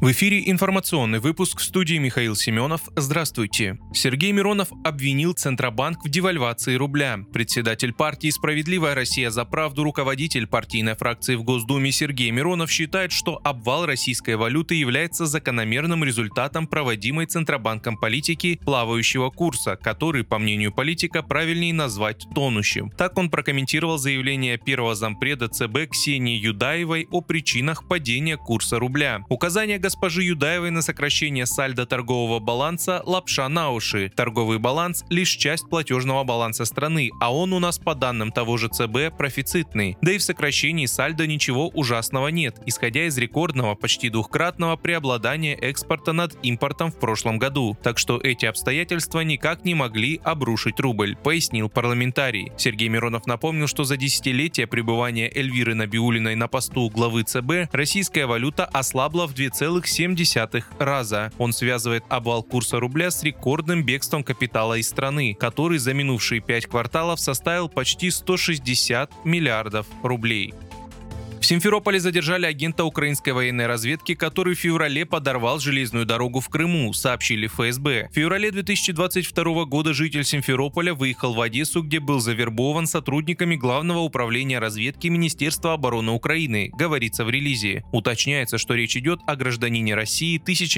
В эфире информационный выпуск, в студии Михаил Семенов. Здравствуйте. Сергей Миронов обвинил Центробанк в девальвации рубля. Председатель партии «Справедливая Россия за правду», руководитель партийной фракции в Госдуме Сергей Миронов считает, что обвал российской валюты является закономерным результатом проводимой Центробанком политики плавающего курса, который, по мнению политика, правильнее назвать тонущим. Так он прокомментировал заявление первого зампреда ЦБ Ксении Юдаевой о причинах падения курса рубля. Указание госпожи Юдаевой на сокращение сальдо торгового баланса – лапша на уши. Торговый баланс – лишь часть платежного баланса страны, а он у нас, по данным того же ЦБ, профицитный. Да и в сокращении сальдо ничего ужасного нет, исходя из рекордного, почти двухкратного преобладания экспорта над импортом в прошлом году. Так что эти обстоятельства никак не могли обрушить рубль, пояснил парламентарий. Сергей Миронов напомнил, что за десятилетие пребывания Эльвиры Набиуллиной на посту главы ЦБ российская валюта ослабла в 2,7 раза. Он связывает обвал курса рубля с рекордным бегством капитала из страны, который за минувшие 5 кварталов составил почти 160 миллиардов рублей. В Симферополе задержали агента украинской военной разведки, который в феврале подорвал железную дорогу в Крыму, сообщили ФСБ. В феврале 2022 года житель Симферополя выехал в Одессу, где был завербован сотрудниками Главного управления разведки Министерства обороны Украины, говорится в релизе. Уточняется, что речь идет о гражданине России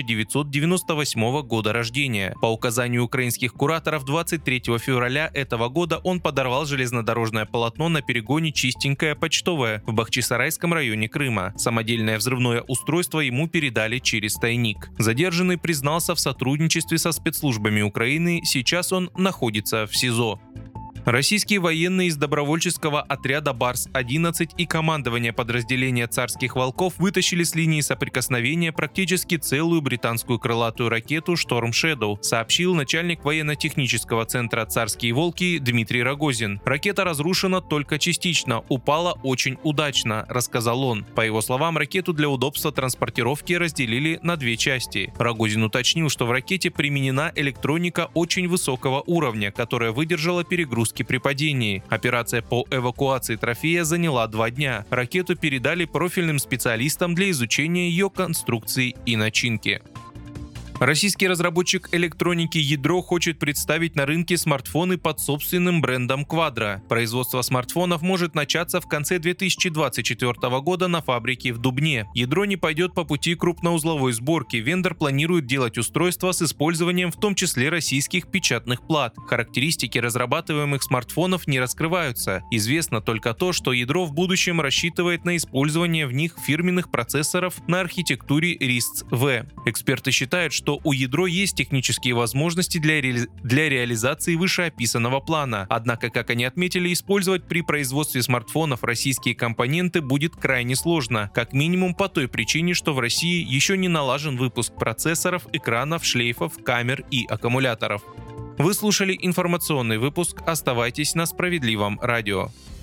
1998 года рождения. По указанию украинских кураторов 23 февраля этого года он подорвал железнодорожное полотно на перегоне Чистенькое Почтовое в Бахчисарайском районе Крыма. Самодельное взрывное устройство ему передали через тайник. Задержанный признался в сотрудничестве со спецслужбами Украины, сейчас он находится в СИЗО. Российские военные из добровольческого отряда «Барс-11» и командование подразделения «Царских волков» вытащили с линии соприкосновения практически целую британскую крылатую ракету «Storm Shadow», сообщил начальник военно-технического центра «Царские волки» Дмитрий Рогозин. Ракета разрушена только частично, упала очень удачно, рассказал он. По его словам, ракету для удобства транспортировки разделили на две части. Рогозин уточнил, что в ракете применена электроника очень высокого уровня, которая выдержала перегрузки при падении. Операция по эвакуации трофея заняла 2 дня. Ракету передали профильным специалистам для изучения ее конструкции и начинки. Российский разработчик электроники Ядро хочет представить на рынке смартфоны под собственным брендом Quadro. Производство смартфонов может начаться в конце 2024 года на фабрике в Дубне. Ядро не пойдет по пути крупноузловой сборки. Вендор планирует делать устройства с использованием в том числе российских печатных плат. Характеристики разрабатываемых смартфонов не раскрываются. Известно только то, что Ядро в будущем рассчитывает на использование в них фирменных процессоров на архитектуре RISC-V. Эксперты считают, что у Ядро есть технические возможности для реализации вышеописанного плана. Однако, как они отметили, использовать при производстве смартфонов российские компоненты будет крайне сложно. Как минимум по той причине, что в России еще не налажен выпуск процессоров, экранов, шлейфов, камер и аккумуляторов. Вы слушали информационный выпуск. Оставайтесь на Справедливом радио.